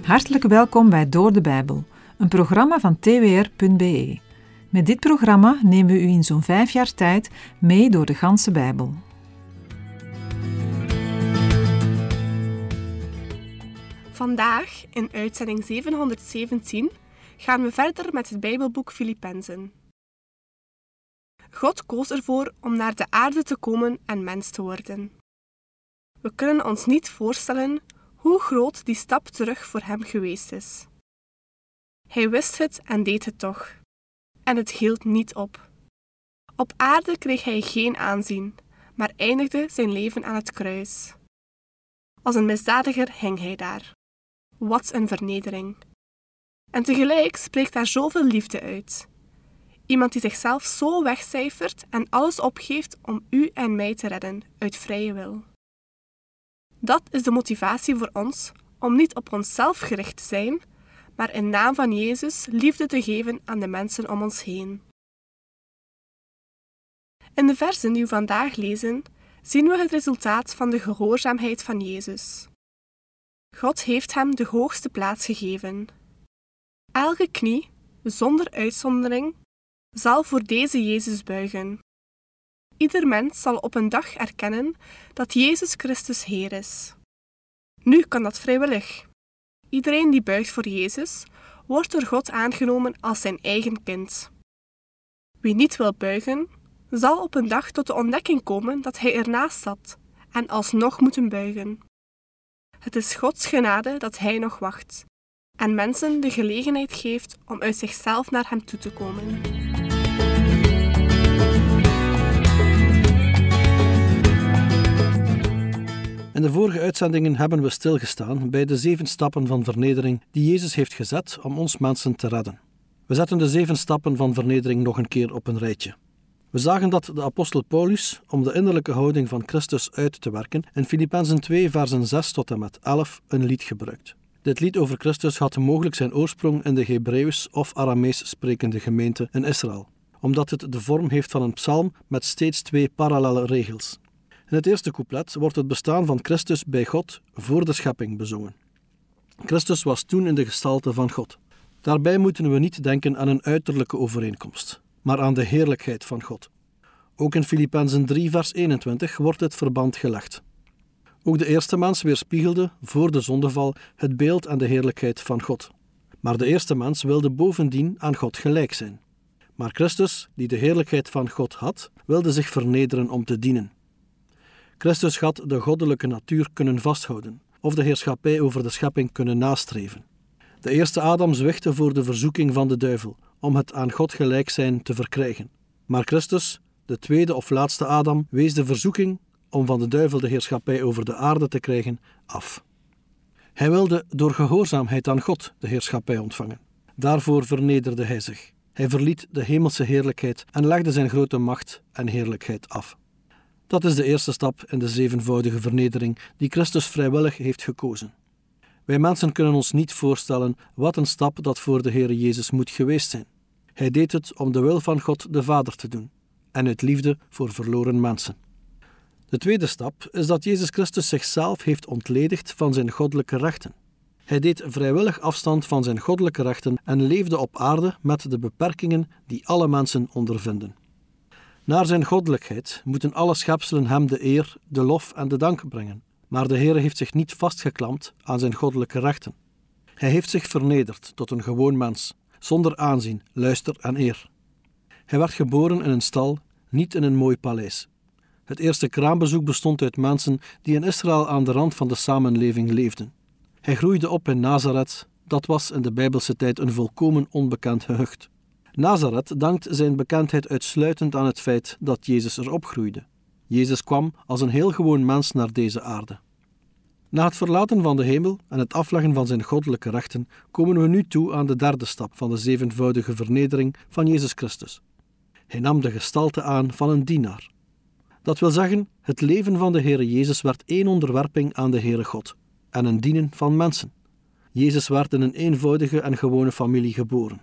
Hartelijk welkom bij Door de Bijbel, een programma van twr.be. Met dit programma nemen we u in zo'n 5 jaar tijd mee door de ganse Bijbel. Vandaag, in uitzending 717, gaan we verder met het Bijbelboek Filippenzen. God koos ervoor om naar de aarde te komen en mens te worden. We kunnen ons niet voorstellen hoe groot die stap terug voor hem geweest is. Hij wist het en deed het toch. En het hield niet op. Op aarde kreeg hij geen aanzien, maar eindigde zijn leven aan het kruis. Als een misdadiger hing hij daar. Wat een vernedering. En tegelijk spreekt daar zoveel liefde uit. Iemand die zichzelf zo wegcijfert en alles opgeeft om u en mij te redden, uit vrije wil. Dat is de motivatie voor ons om niet op onszelf gericht te zijn, maar in naam van Jezus liefde te geven aan de mensen om ons heen. In de versen die we vandaag lezen, zien we het resultaat van de gehoorzaamheid van Jezus. God heeft hem de hoogste plaats gegeven. Elke knie, zonder uitzondering, zal voor deze Jezus buigen. Ieder mens zal op een dag erkennen dat Jezus Christus Heer is. Nu kan dat vrijwillig. Iedereen die buigt voor Jezus, wordt door God aangenomen als zijn eigen kind. Wie niet wil buigen, zal op een dag tot de ontdekking komen dat hij ernaast zat en alsnog moeten buigen. Het is Gods genade dat hij nog wacht en mensen de gelegenheid geeft om uit zichzelf naar hem toe te komen. In de vorige uitzendingen hebben we stilgestaan bij de 7 stappen van vernedering die Jezus heeft gezet om ons mensen te redden. We zetten de 7 stappen van vernedering nog een keer op een rijtje. We zagen dat de apostel Paulus, om de innerlijke houding van Christus uit te werken, in Filippenzen 2 versen 6 tot en met 11 een lied gebruikt. Dit lied over Christus had mogelijk zijn oorsprong in de Hebreeuws of Aramees sprekende gemeente in Israël, omdat het de vorm heeft van een psalm met steeds 2 parallelle regels. In het eerste couplet wordt het bestaan van Christus bij God voor de schepping bezongen. Christus was toen in de gestalte van God. Daarbij moeten we niet denken aan een uiterlijke overeenkomst, maar aan de heerlijkheid van God. Ook in Filippenzen 3 vers 21 wordt het verband gelegd. Ook de eerste mens weerspiegelde, voor de zondeval, het beeld en de heerlijkheid van God. Maar de eerste mens wilde bovendien aan God gelijk zijn. Maar Christus, die de heerlijkheid van God had, wilde zich vernederen om te dienen. Christus had de goddelijke natuur kunnen vasthouden, of de heerschappij over de schepping kunnen nastreven. De eerste Adam zwichtte voor de verzoeking van de duivel, om het aan God gelijk zijn te verkrijgen. Maar Christus, de tweede of laatste Adam, wees de verzoeking om van de duivel de heerschappij over de aarde te krijgen af. Hij wilde door gehoorzaamheid aan God de heerschappij ontvangen. Daarvoor vernederde hij zich. Hij verliet de hemelse heerlijkheid en legde zijn grote macht en heerlijkheid af. Dat is de eerste stap in de 7voudige vernedering die Christus vrijwillig heeft gekozen. Wij mensen kunnen ons niet voorstellen wat een stap dat voor de Heere Jezus moet geweest zijn. Hij deed het om de wil van God de Vader te doen en uit liefde voor verloren mensen. De tweede stap is dat Jezus Christus zichzelf heeft ontledigd van zijn goddelijke rechten. Hij deed vrijwillig afstand van zijn goddelijke rechten en leefde op aarde met de beperkingen die alle mensen ondervinden. Naar zijn goddelijkheid moeten alle schepselen hem de eer, de lof en de dank brengen. Maar de Heere heeft zich niet vastgeklampt aan zijn goddelijke rechten. Hij heeft zich vernederd tot een gewoon mens, zonder aanzien, luister en eer. Hij werd geboren in een stal, niet in een mooi paleis. Het eerste kraambezoek bestond uit mensen die in Israël aan de rand van de samenleving leefden. Hij groeide op in Nazareth, dat was in de Bijbelse tijd een volkomen onbekend gehucht. Nazareth dankt zijn bekendheid uitsluitend aan het feit dat Jezus er opgroeide. Jezus kwam als een heel gewoon mens naar deze aarde. Na het verlaten van de hemel en het afleggen van zijn goddelijke rechten komen we nu toe aan de derde stap van de 7voudige vernedering van Jezus Christus. Hij nam de gestalte aan van een dienaar. Dat wil zeggen, het leven van de Heere Jezus werd één onderwerping aan de Heere God en een dienen van mensen. Jezus werd in een eenvoudige en gewone familie geboren.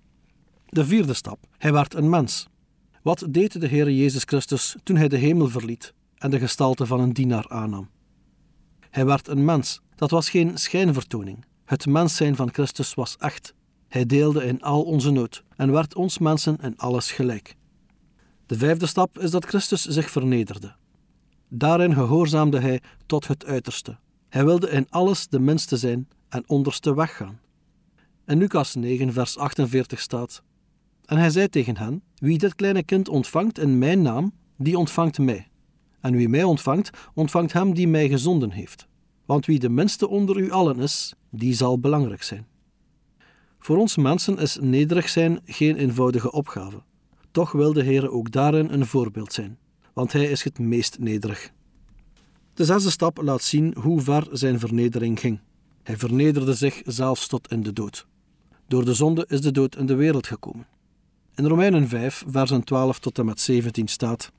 De vierde stap, hij werd een mens. Wat deed de Heere Jezus Christus toen hij de hemel verliet en de gestalte van een dienaar aannam? Hij werd een mens. Dat was geen schijnvertoning. Het mens zijn van Christus was echt. Hij deelde in al onze nood en werd ons mensen in alles gelijk. De vijfde stap is dat Christus zich vernederde. Daarin gehoorzaamde hij tot het uiterste. Hij wilde in alles de minste zijn en onderste weggaan. In Lucas 9, vers 48 staat: En hij zei tegen hen: Wie dit kleine kind ontvangt in mijn naam, die ontvangt mij. En wie mij ontvangt, ontvangt hem die mij gezonden heeft. Want wie de minste onder u allen is, die zal belangrijk zijn. Voor ons mensen is nederig zijn geen eenvoudige opgave. Toch wil de Heer ook daarin een voorbeeld zijn, want hij is het meest nederig. De zesde stap laat zien hoe ver zijn vernedering ging. Hij vernederde zich zelfs tot in de dood. Door de zonde is de dood in de wereld gekomen. In Romeinen 5, versen 12 tot en met 17 staat: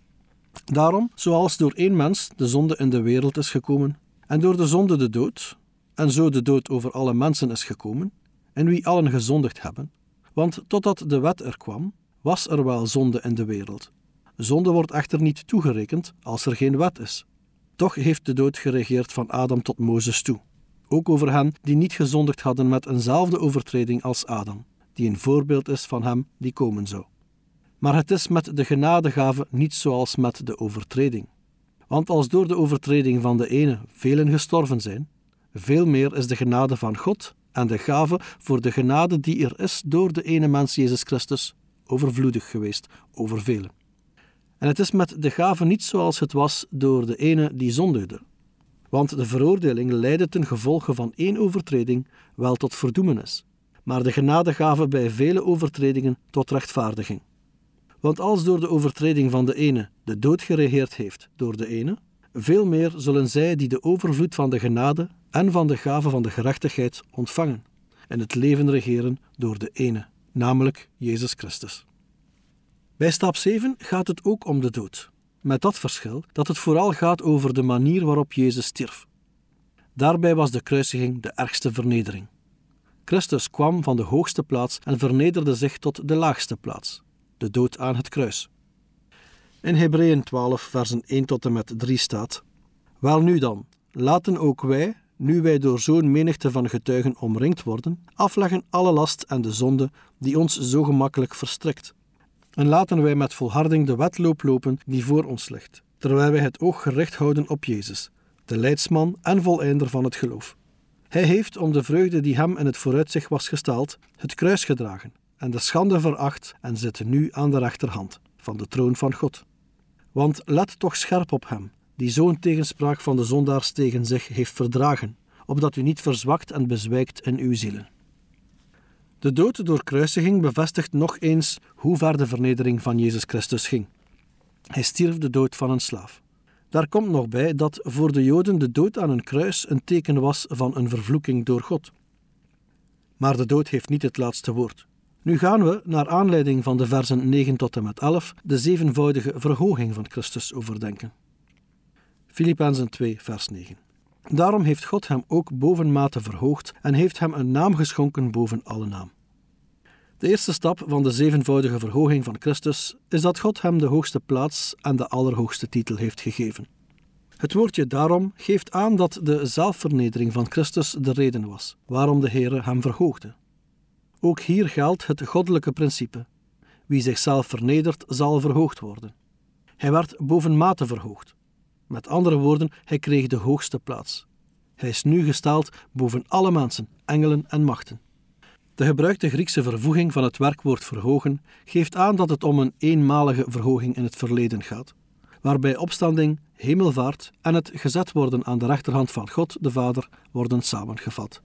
Daarom, zoals door één mens de zonde in de wereld is gekomen, en door de zonde de dood, en zo de dood over alle mensen is gekomen, en wie allen gezondigd hebben, want totdat de wet er kwam, was er wel zonde in de wereld. Zonde wordt echter niet toegerekend als er geen wet is. Toch heeft de dood geregeerd van Adam tot Mozes toe. Ook over hen die niet gezondigd hadden met eenzelfde overtreding als Adam, die een voorbeeld is van hem die komen zou. Maar het is met de genadegave niet zoals met de overtreding. Want als door de overtreding van de ene velen gestorven zijn, veel meer is de genade van God en de gave voor de genade die er is door de ene mens Jezus Christus overvloedig geweest over velen. En het is met de gave niet zoals het was door de ene die zondigde. Want de veroordeling leidde ten gevolge van één overtreding wel tot verdoemenis, maar de genadegave bij vele overtredingen tot rechtvaardiging. Want als door de overtreding van de ene de dood geregeerd heeft door de ene, veel meer zullen zij die de overvloed van de genade en van de gave van de gerechtigheid ontvangen, en het leven regeren door de ene, namelijk Jezus Christus. Bij stap 7 gaat het ook om de dood, met dat verschil dat het vooral gaat over de manier waarop Jezus stierf. Daarbij was de kruisiging de ergste vernedering. Christus kwam van de hoogste plaats en vernederde zich tot de laagste plaats, de dood aan het kruis. In Hebreeën 12, versen 1 tot en met 3 staat: Welnu dan, laten ook wij, nu wij door zo'n menigte van getuigen omringd worden, afleggen alle last en de zonde die ons zo gemakkelijk verstrikt. En laten wij met volharding de wedloop lopen die voor ons ligt, terwijl wij het oog gericht houden op Jezus, de leidsman en voleinder van het geloof. Hij heeft, om de vreugde die hem in het vooruitzicht was gesteld, het kruis gedragen en de schande veracht en zit nu aan de rechterhand van de troon van God. Want let toch scherp op hem, die zo'n tegenspraak van de zondaars tegen zich heeft verdragen, opdat u niet verzwakt en bezwijkt in uw zielen. De dood door kruisiging bevestigt nog eens hoe ver de vernedering van Jezus Christus ging. Hij stierf de dood van een slaaf. Daar komt nog bij dat voor de Joden de dood aan een kruis een teken was van een vervloeking door God. Maar de dood heeft niet het laatste woord. Nu gaan we, naar aanleiding van de versen 9 tot en met 11, de zevenvoudige verhoging van Christus overdenken. Filippenzen 2, vers 9. Daarom heeft God hem ook bovenmate verhoogd en heeft hem een naam geschonken boven alle naam. De eerste stap van de zevenvoudige verhoging van Christus is dat God hem de hoogste plaats en de allerhoogste titel heeft gegeven. Het woordje daarom geeft aan dat de zelfvernedering van Christus de reden was waarom de Heere hem verhoogde. Ook hier geldt het goddelijke principe: wie zichzelf vernedert, zal verhoogd worden. Hij werd bovenmate verhoogd. Met andere woorden, hij kreeg de hoogste plaats. Hij is nu gesteld boven alle mensen, engelen en machten. De gebruikte Griekse vervoeging van het werkwoord verhogen geeft aan dat het om een eenmalige verhoging in het verleden gaat, waarbij opstanding, hemelvaart en het gezet worden aan de rechterhand van God de Vader worden samengevat.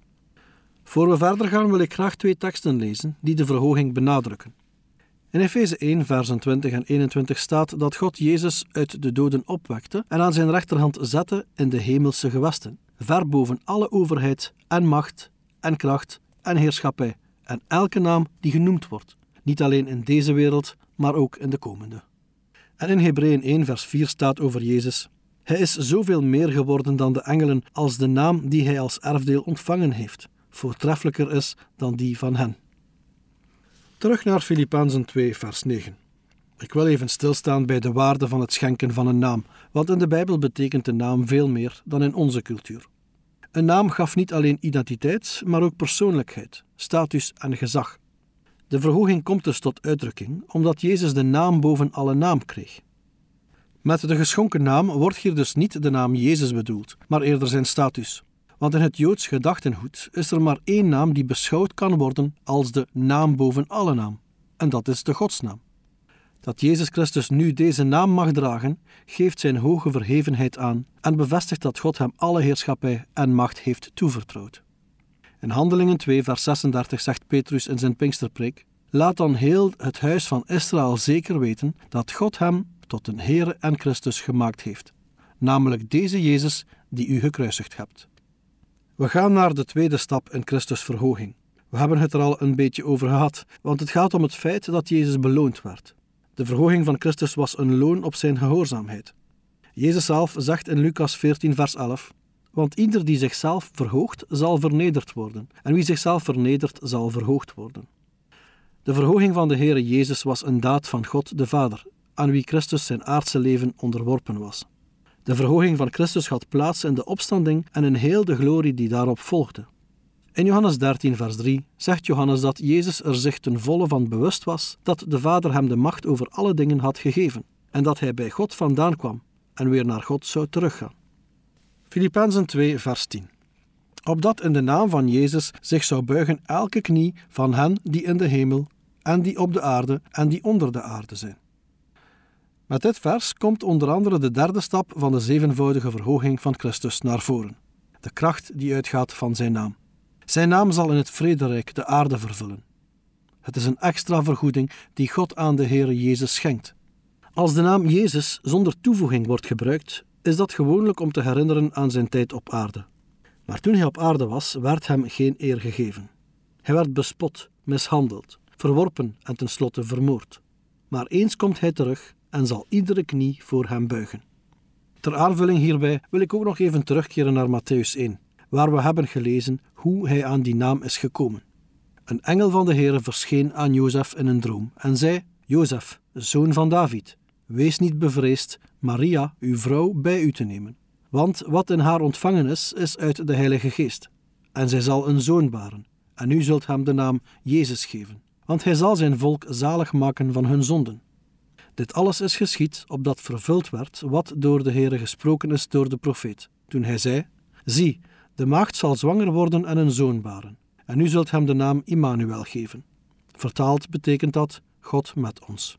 Voor we verder gaan wil ik graag 2 teksten lezen die de verhoging benadrukken. In Efeze 1, versen 20 en 21 staat dat God Jezus uit de doden opwekte en aan zijn rechterhand zette in de hemelse gewesten, ver boven alle overheid en macht en kracht en heerschappij en elke naam die genoemd wordt, niet alleen in deze wereld, maar ook in de komende. En in Hebreeën 1, vers 4 staat over Jezus: Hij is zoveel meer geworden dan de engelen als de naam die hij als erfdeel ontvangen heeft, voortreffelijker is dan die van hen. Terug naar Filippenzen 2, vers 9. Ik wil even stilstaan bij de waarde van het schenken van een naam, want in de Bijbel betekent de naam veel meer dan in onze cultuur. Een naam gaf niet alleen identiteit, maar ook persoonlijkheid, status en gezag. De verhoging komt dus tot uitdrukking omdat Jezus de naam boven alle naam kreeg. Met de geschonken naam wordt hier dus niet de naam Jezus bedoeld, maar eerder zijn status. Want in het Joods gedachtengoed is er maar één naam die beschouwd kan worden als de naam boven alle naam. En dat is de Godsnaam. Dat Jezus Christus nu deze naam mag dragen, geeft zijn hoge verhevenheid aan en bevestigt dat God hem alle heerschappij en macht heeft toevertrouwd. In Handelingen 2 vers 36 zegt Petrus in zijn Pinksterpreek: laat dan heel het huis van Israël zeker weten dat God hem tot een Heere en Christus gemaakt heeft, namelijk deze Jezus die u gekruisigd hebt. We gaan naar de tweede stap in Christus' verhoging. We hebben het er al een beetje over gehad, want het gaat om het feit dat Jezus beloond werd. De verhoging van Christus was een loon op zijn gehoorzaamheid. Jezus zelf zegt in Lucas 14 vers 11: want ieder die zichzelf verhoogt, zal vernederd worden, en wie zichzelf vernedert, zal verhoogd worden. De verhoging van de Heere Jezus was een daad van God de Vader, aan wie Christus zijn aardse leven onderworpen was. De verhoging van Christus had plaats in de opstanding en in heel de glorie die daarop volgde. In Johannes 13 vers 3 zegt Johannes dat Jezus er zich ten volle van bewust was dat de Vader hem de macht over alle dingen had gegeven en dat hij bij God vandaan kwam en weer naar God zou teruggaan. Filippenzen 2 vers 10. Opdat in de naam van Jezus zich zou buigen elke knie van hen die in de hemel en die op de aarde en die onder de aarde zijn. Met dit vers komt onder andere de derde stap van de zevenvoudige verhoging van Christus naar voren. De kracht die uitgaat van zijn naam. Zijn naam zal in het vrederijk de aarde vervullen. Het is een extra vergoeding die God aan de Heere Jezus schenkt. Als de naam Jezus zonder toevoeging wordt gebruikt, is dat gewoonlijk om te herinneren aan zijn tijd op aarde. Maar toen hij op aarde was, werd hem geen eer gegeven. Hij werd bespot, mishandeld, verworpen en tenslotte vermoord. Maar eens komt hij terug en zal iedere knie voor hem buigen. Ter aanvulling hierbij wil ik ook nog even terugkeren naar Mattheüs 1, waar we hebben gelezen hoe hij aan die naam is gekomen. Een engel van de Heere verscheen aan Jozef in een droom en zei: Jozef, zoon van David, wees niet bevreesd Maria, uw vrouw, bij u te nemen. Want wat in haar ontvangen is uit de Heilige Geest. En zij zal een zoon baren, en u zult hem de naam Jezus geven, want hij zal zijn volk zalig maken van hun zonden. Dit alles is geschied, opdat vervuld werd wat door de Heere gesproken is door de profeet, toen hij zei: zie, de maagd zal zwanger worden en een zoon baren, en u zult hem de naam Immanuel geven. Vertaald betekent dat God met ons.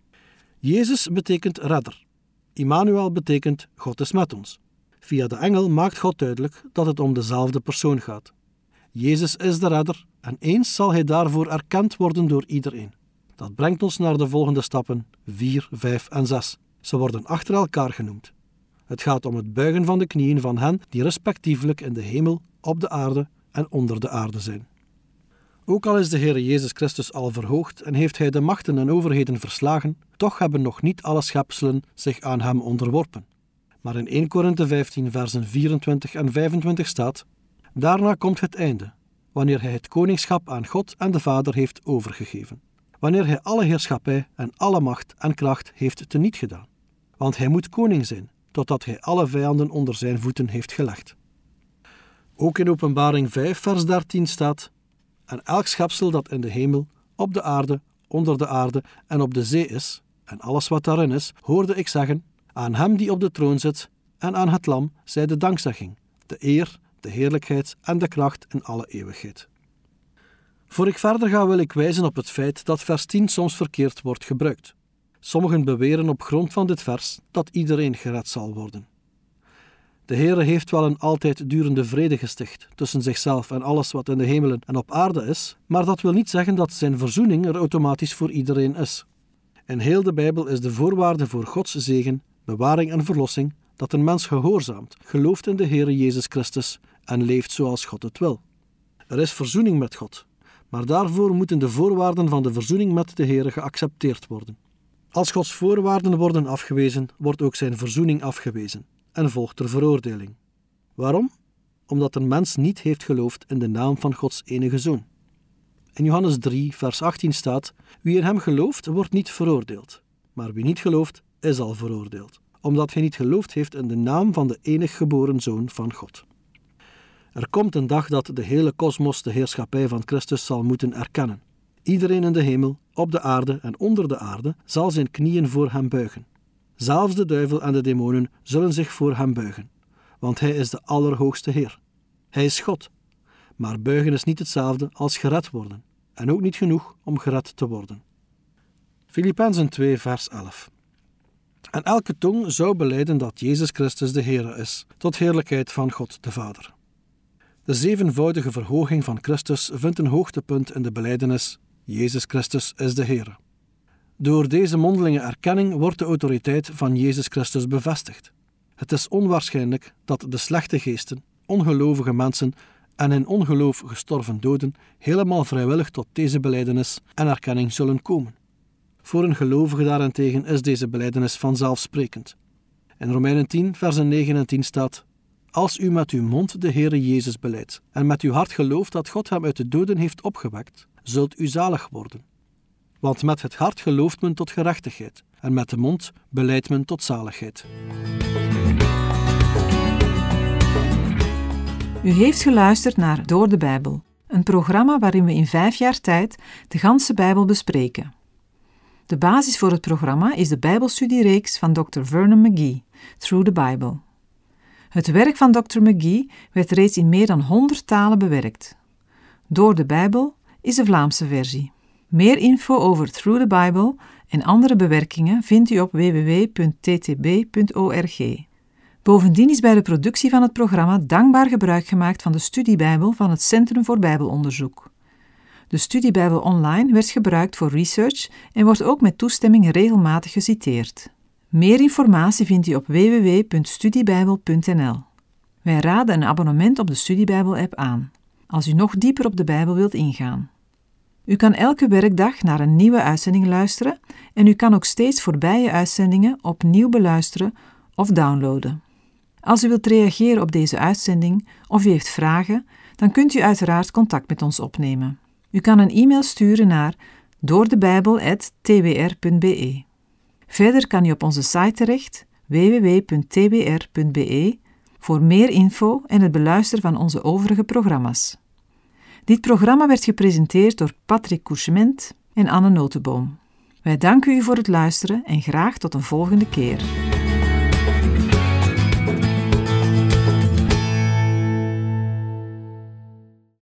Jezus betekent redder. Immanuel betekent God is met ons. Via de engel maakt God duidelijk dat het om dezelfde persoon gaat. Jezus is de redder en eens zal hij daarvoor erkend worden door iedereen. Dat brengt ons naar de volgende stappen 4, 5 en 6. Ze worden achter elkaar genoemd. Het gaat om het buigen van de knieën van hen die respectievelijk in de hemel, op de aarde en onder de aarde zijn. Ook al is de Heere Jezus Christus al verhoogd en heeft hij de machten en overheden verslagen, toch hebben nog niet alle schepselen zich aan hem onderworpen. Maar in 1 Korinthe 15 versen 24 en 25 staat: daarna komt het einde, wanneer hij het koningschap aan God en de Vader heeft overgegeven. Wanneer hij alle heerschappij en alle macht en kracht heeft teniet gedaan. Want hij moet koning zijn, totdat hij alle vijanden onder zijn voeten heeft gelegd. Ook in Openbaring 5 vers 13 staat: en elk schepsel dat in de hemel, op de aarde, onder de aarde en op de zee is, en alles wat daarin is, hoorde ik zeggen: aan hem die op de troon zit en aan het lam zij de dankzegging, de eer, de heerlijkheid en de kracht in alle eeuwigheid. Voor ik verder ga wil ik wijzen op het feit dat vers 10 soms verkeerd wordt gebruikt. Sommigen beweren op grond van dit vers dat iedereen gered zal worden. De Heere heeft wel een altijd durende vrede gesticht tussen zichzelf en alles wat in de hemelen en op aarde is, maar dat wil niet zeggen dat zijn verzoening er automatisch voor iedereen is. In heel de Bijbel is de voorwaarde voor Gods zegen, bewaring en verlossing dat een mens gehoorzaamt, gelooft in de Heere Jezus Christus en leeft zoals God het wil. Er is verzoening met God, maar daarvoor moeten de voorwaarden van de verzoening met de Heere geaccepteerd worden. Als Gods voorwaarden worden afgewezen, wordt ook zijn verzoening afgewezen en volgt er veroordeling. Waarom? Omdat een mens niet heeft geloofd in de naam van Gods enige Zoon. In Johannes 3, vers 18 staat: wie in hem gelooft, wordt niet veroordeeld. Maar wie niet gelooft, is al veroordeeld, omdat hij niet geloofd heeft in de naam van de enig geboren Zoon van God. Er komt een dag dat de hele kosmos de heerschappij van Christus zal moeten erkennen. Iedereen in de hemel, op de aarde en onder de aarde zal zijn knieën voor hem buigen. Zelfs de duivel en de demonen zullen zich voor hem buigen, want hij is de Allerhoogste Heer. Hij is God. Maar buigen is niet hetzelfde als gered worden, en ook niet genoeg om gered te worden. Filippenzen 2, vers 11. En elke tong zou belijden dat Jezus Christus de Heere is, tot heerlijkheid van God de Vader. De zevenvoudige verhoging van Christus vindt een hoogtepunt in de belijdenis: Jezus Christus is de Heere. Door deze mondelinge erkenning wordt de autoriteit van Jezus Christus bevestigd. Het is onwaarschijnlijk dat de slechte geesten, ongelovige mensen en in ongeloof gestorven doden helemaal vrijwillig tot deze belijdenis en erkenning zullen komen. Voor een gelovige daarentegen is deze belijdenis vanzelfsprekend. In Romeinen 10, versen 9 en 10 staat: Als u met uw mond de Heere Jezus belijdt en met uw hart gelooft dat God hem uit de doden heeft opgewekt, zult u zalig worden. Want met het hart gelooft men tot gerechtigheid en met de mond belijdt men tot zaligheid. U heeft geluisterd naar Door de Bijbel, een programma waarin we in 5 jaar tijd de ganse Bijbel bespreken. De basis voor het programma is de Bijbelstudiereeks van Dr. Vernon McGee, Through the Bible. Het werk van Dr. McGee werd reeds in meer dan 100 talen bewerkt. Door de Bijbel is de Vlaamse versie. Meer info over Through the Bible en andere bewerkingen vindt u op www.ttb.org. Bovendien is bij de productie van het programma dankbaar gebruik gemaakt van de studiebijbel van het Centrum voor Bijbelonderzoek. De studiebijbel online werd gebruikt voor research en wordt ook met toestemming regelmatig geciteerd. Meer informatie vindt u op www.studiebijbel.nl. Wij raden een abonnement op de Studiebijbel-app aan, als u nog dieper op de Bijbel wilt ingaan. U kan elke werkdag naar een nieuwe uitzending luisteren en u kan ook steeds voorbije uitzendingen opnieuw beluisteren of downloaden. Als u wilt reageren op deze uitzending of u heeft vragen, dan kunt u uiteraard contact met ons opnemen. U kan een e-mail sturen naar doordebijbel@twr.be. Verder kan u op onze site terecht, www.twr.be, voor meer info en het beluisteren van onze overige programma's. Dit programma werd gepresenteerd door Patrick Couchement en Anne Notenboom. Wij danken u voor het luisteren en graag tot een volgende keer.